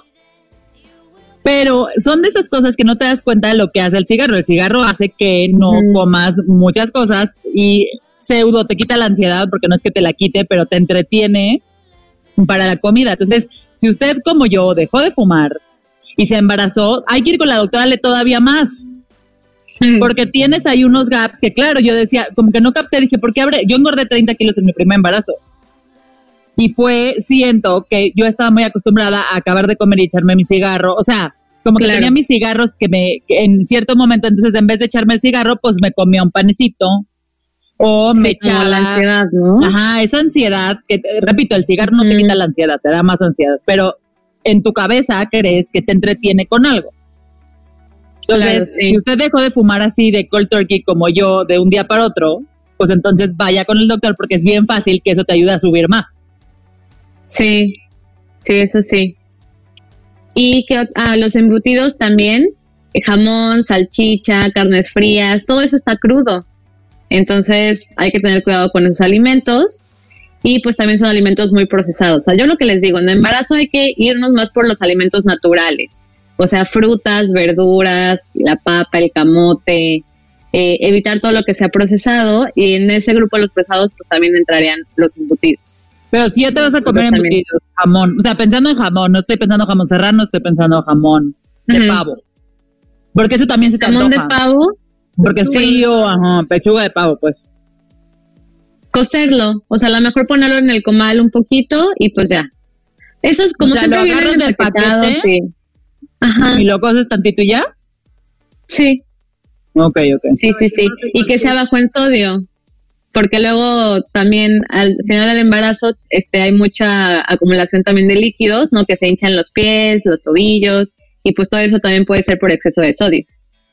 Pero son de esas cosas que no te das cuenta de lo que hace el cigarro. El cigarro hace que no Ujú. comas muchas cosas y pseudo te quita la ansiedad, porque no es que te la quite, pero te entretiene para la comida. Entonces, si usted como yo dejó de fumar y se embarazó, hay que ir con la doctora, dale todavía más, porque tienes ahí unos gaps que, claro, yo decía, como que no capté, dije, ¿por qué habré? Yo engordé treinta kilos en mi primer embarazo. Y fue, siento que yo estaba muy acostumbrada a acabar de comer y echarme mi cigarro. O sea, como que Claro. tenía mis cigarros que me, que en cierto momento, entonces en vez de echarme el cigarro, pues me comía un panecito o me sí, como echaba. la ansiedad, ¿no? Ajá, esa ansiedad que, eh, repito, el cigarro no te Ujú. quita la ansiedad, te da más ansiedad, pero en tu cabeza crees que te entretiene con algo. Entonces, Claro, sí. si usted dejó de fumar así de cold turkey como yo de un día para otro, pues entonces vaya con el doctor porque es bien fácil que eso te ayude a subir más. Sí, sí, eso sí. Y que ah, los embutidos también, eh, jamón, salchicha, carnes frías, todo eso está crudo. Entonces hay que tener cuidado con esos alimentos y pues también son alimentos muy procesados. O sea, yo lo que les digo, en el embarazo hay que irnos más por los alimentos naturales, o sea, frutas, verduras, la papa, el camote, eh, evitar todo lo que sea procesado, y en ese grupo de los procesados pues también entrarían los embutidos. Pero si ya te vas a comer También. embutidos, jamón, o sea, pensando en jamón, no estoy pensando en jamón serrano, estoy pensando en jamón de Ujú. pavo. Porque eso también se te Jamón de antoja. pavo, Porque es Sí. frío, ajá, pechuga de pavo, pues. cocerlo, o sea, a lo mejor ponerlo en el comal un poquito y pues ya. Eso es como O sea, siempre lo viene agarras del empaquetado, paquete. sí. Ajá, Y lo coces tantito y ya. sí, Ok, ok. sí, sí, sí. Y que sea bajo en sodio, porque luego también al final del embarazo este, hay mucha acumulación también de líquidos, ¿no? Que se hinchan los pies, los tobillos, y pues todo eso también puede ser por exceso de sodio.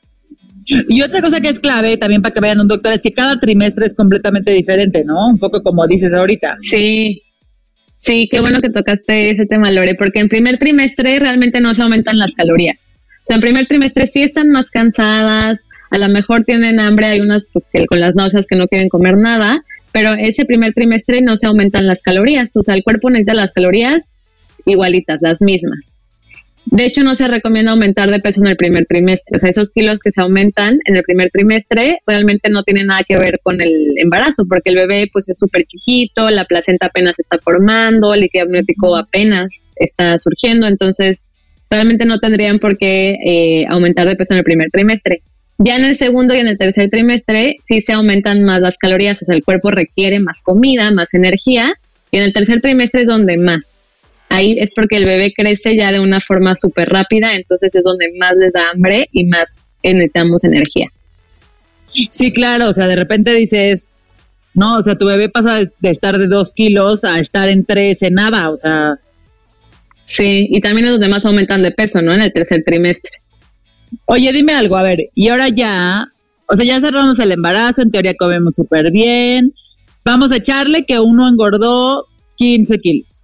Y otra cosa que es clave también para que vean un doctor es que cada trimestre es completamente diferente, ¿no? Un poco como dices ahorita. Sí, sí, qué bueno que tocaste ese tema, Lore, porque en primer trimestre realmente no se aumentan las calorías. O sea, en primer trimestre sí están más cansadas, a lo mejor tienen hambre, hay unas pues que con las náuseas que no quieren comer nada, pero ese primer trimestre no se aumentan las calorías, o sea, el cuerpo necesita las calorías igualitas, las mismas. De hecho, no se recomienda aumentar de peso en el primer trimestre. O sea, esos kilos que se aumentan en el primer trimestre realmente no tienen nada que ver con el embarazo, porque el bebé pues es súper chiquito, la placenta apenas se está formando, el líquido amniótico apenas está surgiendo, entonces realmente no tendrían por qué eh, aumentar de peso en el primer trimestre. Ya en el segundo y en el tercer trimestre sí se aumentan más las calorías, o sea, el cuerpo requiere más comida, más energía, y en el tercer trimestre es donde más. Ahí es porque el bebé crece ya de una forma súper rápida, entonces es donde más les da hambre y más necesitamos energía. Sí, claro, o sea, de repente dices, no, o sea, tu bebé pasa de, de estar de dos kilos a estar en tres en nada, o sea. Sí, y también los demás aumentan de peso, ¿no? En el tercer trimestre. Oye, dime algo, a ver, y ahora ya, o sea, ya cerramos el embarazo, en teoría comemos súper bien, vamos a echarle que uno engordó quince kilos.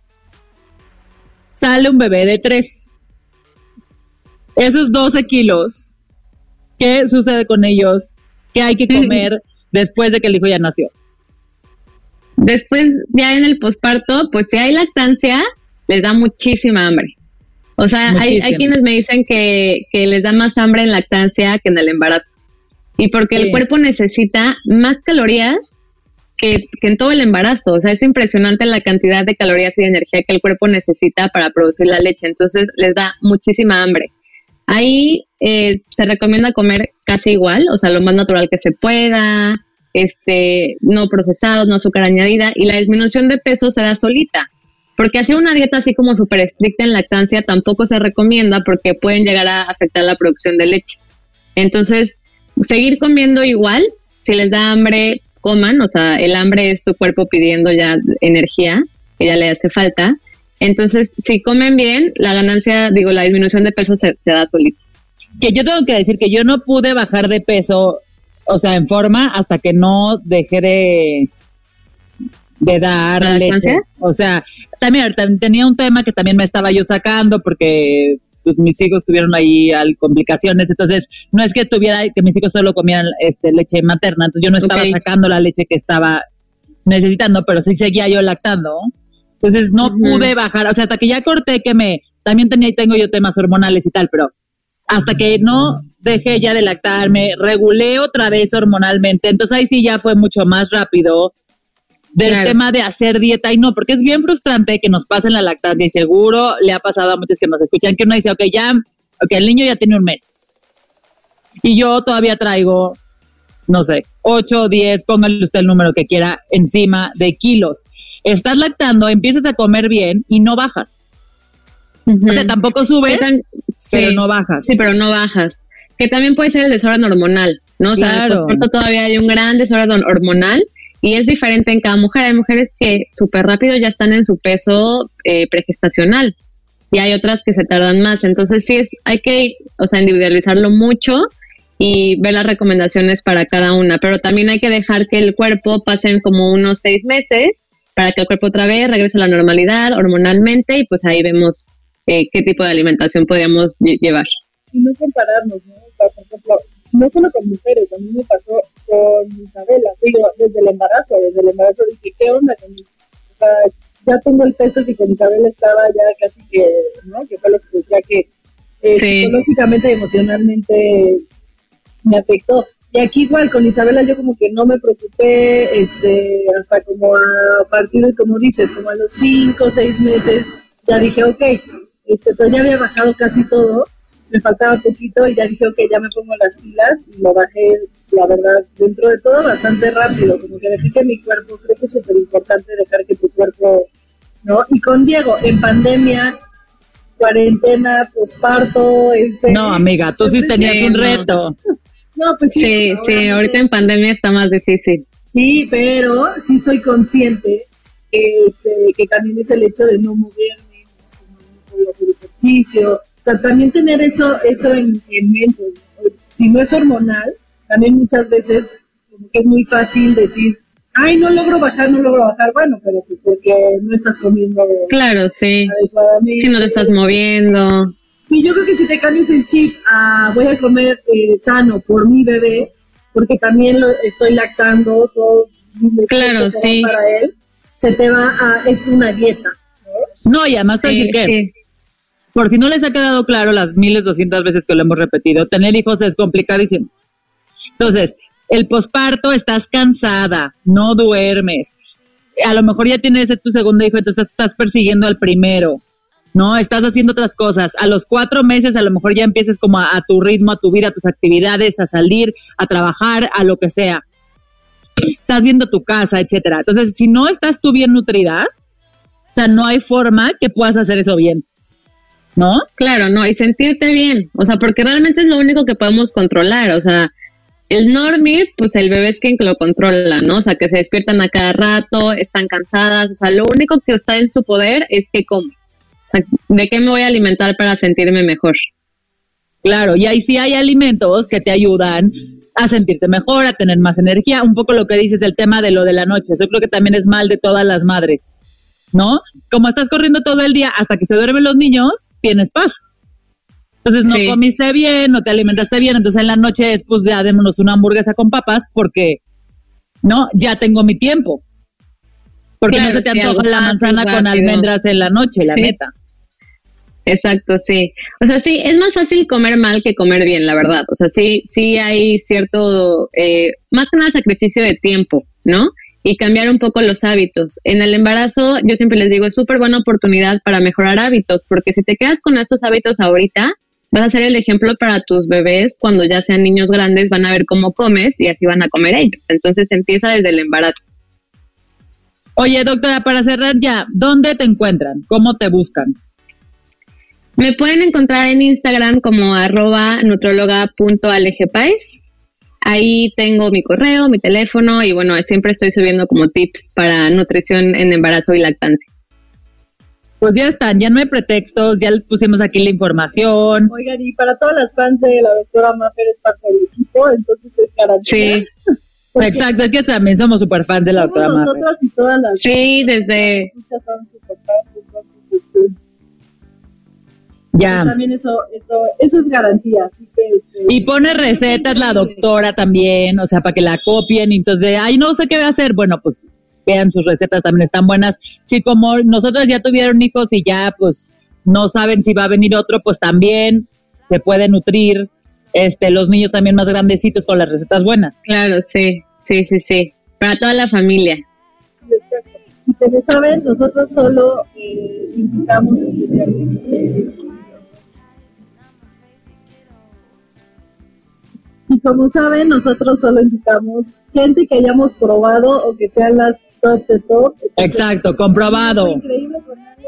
Sale un bebé de tres. Esos doce kilos, ¿qué sucede con ellos? ¿Qué hay que comer después de que el hijo ya nació? Después, ya en el posparto, pues si hay lactancia, les da muchísima hambre. O sea, hay, hay quienes me dicen que, que les da más hambre en lactancia que en el embarazo. Y porque sí. El cuerpo necesita más calorías que, que en todo el embarazo. O sea, es impresionante la cantidad de calorías y de energía que el cuerpo necesita para producir la leche. Entonces, les da muchísima hambre. Ahí eh, se recomienda comer casi igual, o sea, lo más natural que se pueda, este, no procesados, no azúcar añadida, y la disminución de peso se da solita. Porque hacer una dieta así como súper estricta en lactancia tampoco se recomienda porque pueden llegar a afectar la producción de leche. Entonces, seguir comiendo igual, si les da hambre, coman, o sea, el hambre es su cuerpo pidiendo ya energía, que ya le hace falta. Entonces, si comen bien, la ganancia, digo, la disminución de peso se, se da solita. Que yo tengo que decir que yo no pude bajar de peso, o sea, en forma, hasta que no dejé de... de dar ¿La leche. lactancia? O sea, también tenía un tema que también me estaba yo sacando porque pues, mis hijos tuvieron ahí al, complicaciones, entonces no es que estuviera, que mis hijos solo comieran este, leche materna, entonces yo no estaba okay. sacando la leche que estaba necesitando, pero sí seguía yo lactando. Entonces no uh-huh. pude bajar, o sea, hasta que ya corté que me, también tenía y tengo yo temas hormonales y tal, pero hasta que no dejé ya de lactarme, regulé otra vez hormonalmente, entonces ahí sí ya fue mucho más rápido del claro. tema de hacer dieta y no, porque es bien frustrante que nos pasen la lactancia y seguro le ha pasado a muchos que nos escuchan que uno dice, ok, ya, ok, el niño ya tiene un mes y yo todavía traigo, no sé, ocho, diez, póngale usted el número que quiera encima de kilos. Estás lactando, empiezas a comer bien y no bajas. Uh-huh. O sea, tampoco subes, tan, pero sí, no bajas. Sí, pero no bajas. Que también puede ser el desorden hormonal, ¿no? O sea, claro. En el posparto todavía hay un gran desorden hormonal y es diferente en cada mujer. Hay mujeres que súper rápido ya están en su peso eh, pregestacional y hay otras que se tardan más. Entonces sí, es, hay que, o sea, individualizarlo mucho y ver las recomendaciones para cada una. Pero también hay que dejar que el cuerpo pasen como unos seis meses para que el cuerpo otra vez regrese a la normalidad hormonalmente y pues ahí vemos eh, qué tipo de alimentación podríamos lle- llevar. Y no compararnos, ¿no? O sea, por ejemplo, no solo con mujeres, a mí me pasó con Isabela, digo, desde el embarazo, desde el embarazo dije, ¿qué onda con mi? O sea, ya tengo el peso que con Isabela estaba ya casi que, ¿no? Que fue lo que decía que eh, sí. psicológicamente y emocionalmente me afectó. Y aquí igual, con Isabela yo como que no me preocupé, este, hasta como a partir de, como dices, como a los cinco o seis meses, ya dije, ok, este, pero ya había bajado casi todo, me faltaba poquito y ya dije, ok, ya me pongo las pilas y lo bajé, la verdad, dentro de todo bastante rápido, como que dejé que mi cuerpo, creo que es súper importante dejar que tu cuerpo, ¿no? Y con Diego, en pandemia, cuarentena, posparto, este... No, amiga, tú sí tenías un reto. No, pues sí, sí, sí, ahorita en pandemia está más difícil. Sí, pero sí soy consciente que, este, que también es el hecho de no moverme, no, no poder hacer ejercicio, o sea, también tener eso, eso en, en mente. Si no es hormonal, también muchas veces como que es muy fácil decir, ay, no logro bajar, no logro bajar, bueno, pero pues porque no estás comiendo claro, sí, adecuadamente. Si no te estás moviendo. Y yo creo que si te cambias el chip a voy a comer eh, sano por mi bebé, porque también lo estoy lactando, todo claro, sí. para él, se te va a, es una dieta. No, no y además te sí, decir que, sí. por si no les ha quedado claro las miles doscientas veces que lo hemos repetido, tener hijos es complicadísimo. Entonces, el posparto, estás cansada, no duermes, a lo mejor ya tienes tu segundo hijo, entonces estás persiguiendo al primero. ¿no? Estás haciendo otras cosas. A los cuatro meses a lo mejor ya empieces como a, a tu ritmo, a tu vida, a tus actividades, a salir, a trabajar, a lo que sea. Estás viendo tu casa, etcétera. Entonces, si no estás tú bien nutrida, o sea, no hay forma que puedas hacer eso bien, ¿no? Claro, no, y sentirte bien, o sea, porque realmente es lo único que podemos controlar, o sea, el no dormir, pues el bebé es quien lo controla, ¿no? O sea, que se despiertan a cada rato, están cansadas, o sea, lo único que está en su poder es que come. O sea, ¿de qué me voy a alimentar para sentirme mejor? Claro, y ahí sí hay alimentos que te ayudan a sentirte mejor, a tener más energía, un poco lo que dices del tema de lo de la noche, yo creo que también es mal de todas las madres, ¿no? Como estás corriendo todo el día hasta que se duermen los niños, tienes paz. Entonces no sí. comiste bien, no te alimentaste bien, entonces en la noche es pues ya démonos una hamburguesa con papas porque, ¿no? Ya tengo mi tiempo. Porque claro, no se te sí, antoja la manzana rápido. Con almendras en la noche, sí. la neta. Exacto, sí. O sea, sí, es más fácil comer mal que comer bien, la verdad. O sea, sí, sí hay cierto, eh, más que nada sacrificio de tiempo, ¿no? Y cambiar un poco los hábitos. En el embarazo, yo siempre les digo, es súper buena oportunidad para mejorar hábitos, porque si te quedas con estos hábitos ahorita, vas a ser el ejemplo para tus bebés cuando ya sean niños grandes, van a ver cómo comes y así van a comer ellos. Entonces empieza desde el embarazo. Oye, doctora, para cerrar ya, ¿dónde te encuentran? ¿Cómo te buscan? Me pueden encontrar en Instagram como arroba nutrologa punto alejepaez. Ahí tengo mi correo, mi teléfono y bueno, siempre estoy subiendo como tips para nutrición en embarazo y lactancia. Pues ya están, ya no hay pretextos, ya les pusimos aquí la información. Oigan, y para todas las fans de la doctora Mafer es parte del equipo, entonces es garantía. Sí. Exacto, es que también somos súper fans de la doctora Mafer. Nosotras y todas las sí, desde muchas son súper fans, entonces este, ya. Pues también eso, eso, eso es garantía. Así que, este, y pone recetas la doctora también, o sea, para que la copien, y entonces, ay, no sé qué voy a hacer, bueno, pues vean sus recetas, también están buenas. Si como nosotros ya tuvieron hijos y ya pues no saben si va a venir otro, pues también se puede nutrir este los niños también más grandecitos con las recetas buenas. Claro, sí, sí, sí, sí, para toda la familia. Exacto. Y como saben, nosotros solo eh, invitamos especialmente. Y como saben, nosotros solo invitamos gente que hayamos probado o que sean las top de top. Exacto, comprobado. Increíble con Ale.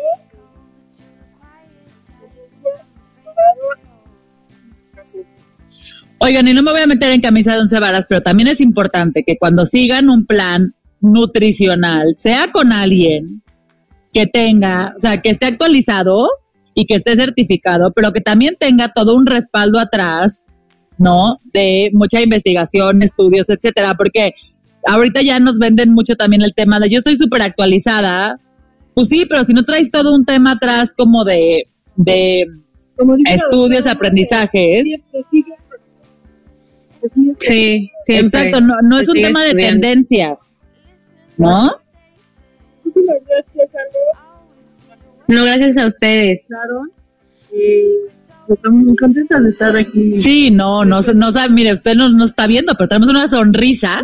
Oigan, y no me voy a meter en camisa de once varas, pero también es importante que cuando sigan un plan nutricional, sea con alguien que tenga, o sea, que esté actualizado y que esté certificado, pero que también tenga todo un respaldo atrás, ¿no? De mucha investigación, estudios, etcétera, porque ahorita ya nos venden mucho también el tema de yo estoy súper actualizada, pues sí, pero si no traes todo un tema atrás como de, de estudios, doctora, aprendizajes. Sí, se sigue, se sigue. Sí, siempre. Exacto, no, no es un tema de tendencias, ¿no? Muchísimas gracias, Ale. No, gracias a ustedes. Claro. Eh, Estamos muy contentas de estar aquí. Sí, no, no, no sabe, mire, usted no nos está viendo, pero tenemos una sonrisa.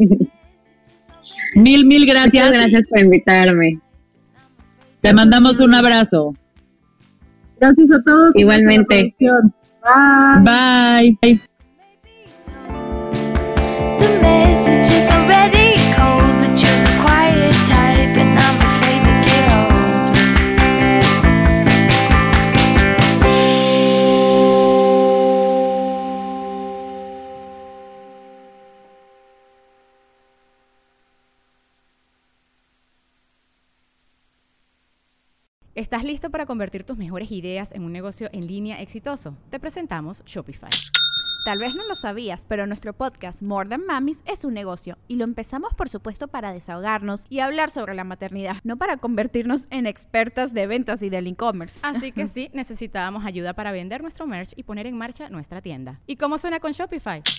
Mil, mil gracias. Muchas gracias por invitarme. Te mandamos un abrazo. Gracias a todos. Igualmente. Bye. Bye. The message is already cold, but you're the quiet type, and I'm afraid to get old. ¿Estás listo para convertir tus mejores ideas en un negocio en línea exitoso? Te presentamos Shopify. Tal vez no lo sabías, pero nuestro podcast More Than Mamis es un negocio y lo empezamos por supuesto para desahogarnos y hablar sobre la maternidad, no para convertirnos en expertas de ventas y del e-commerce. Así que sí, necesitábamos ayuda para vender nuestro merch y poner en marcha nuestra tienda. ¿Y cómo suena con Shopify?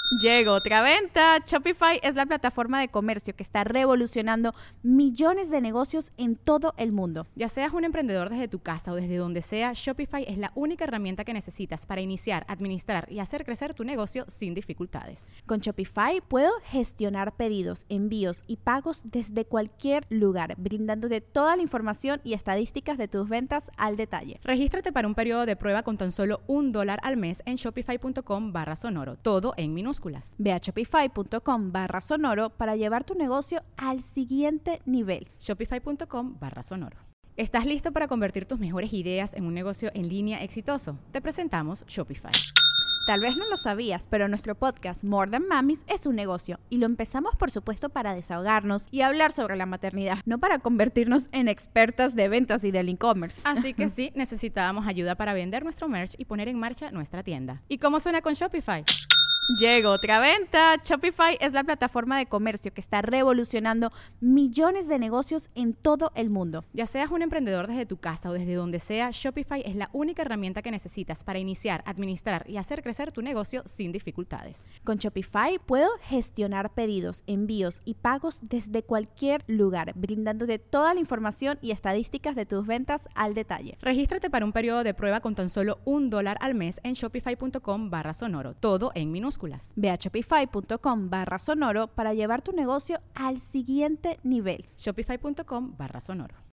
Llegó otra venta. Shopify es la plataforma de comercio que está revolucionando millones de negocios en todo el mundo. Ya seas un emprendedor desde tu casa o desde donde sea, Shopify es la única herramienta que necesitas para iniciar, administrar y hacer crecer tu negocio sin dificultades. Con Shopify puedo gestionar pedidos, envíos y pagos desde cualquier lugar, brindándote toda la información y estadísticas de tus ventas al detalle. Regístrate para un periodo de prueba con tan solo un dólar al mes en shopify.com barra sonoro, todo en minúsculas. Ve a shopify.com barra sonoro para llevar tu negocio al siguiente nivel. Shopify.com barra sonoro. ¿Estás listo para convertir tus mejores ideas en un negocio en línea exitoso? Te presentamos Shopify. Tal vez no lo sabías, pero nuestro podcast More Than Mamis es un negocio y lo empezamos por supuesto para desahogarnos y hablar sobre la maternidad, no para convertirnos en expertas de ventas y del e-commerce. Así que sí, necesitábamos ayuda para vender nuestro merch y poner en marcha nuestra tienda. ¿Y cómo suena con Shopify? Llegó otra venta. Shopify es la plataforma de comercio que está revolucionando millones de negocios en todo el mundo. Ya seas un emprendedor desde tu casa o desde donde sea, Shopify es la única herramienta que necesitas para iniciar, administrar y hacer crecer tu negocio sin dificultades. Con Shopify puedo gestionar pedidos, envíos y pagos desde cualquier lugar, brindándote toda la información y estadísticas de tus ventas al detalle. Regístrate para un periodo de prueba con tan solo un dólar al mes en shopify.com barra sonoro, todo en minúsculas. Ve a shopify.com barra sonoro para llevar tu negocio al siguiente nivel. Shopify.com barra sonoro.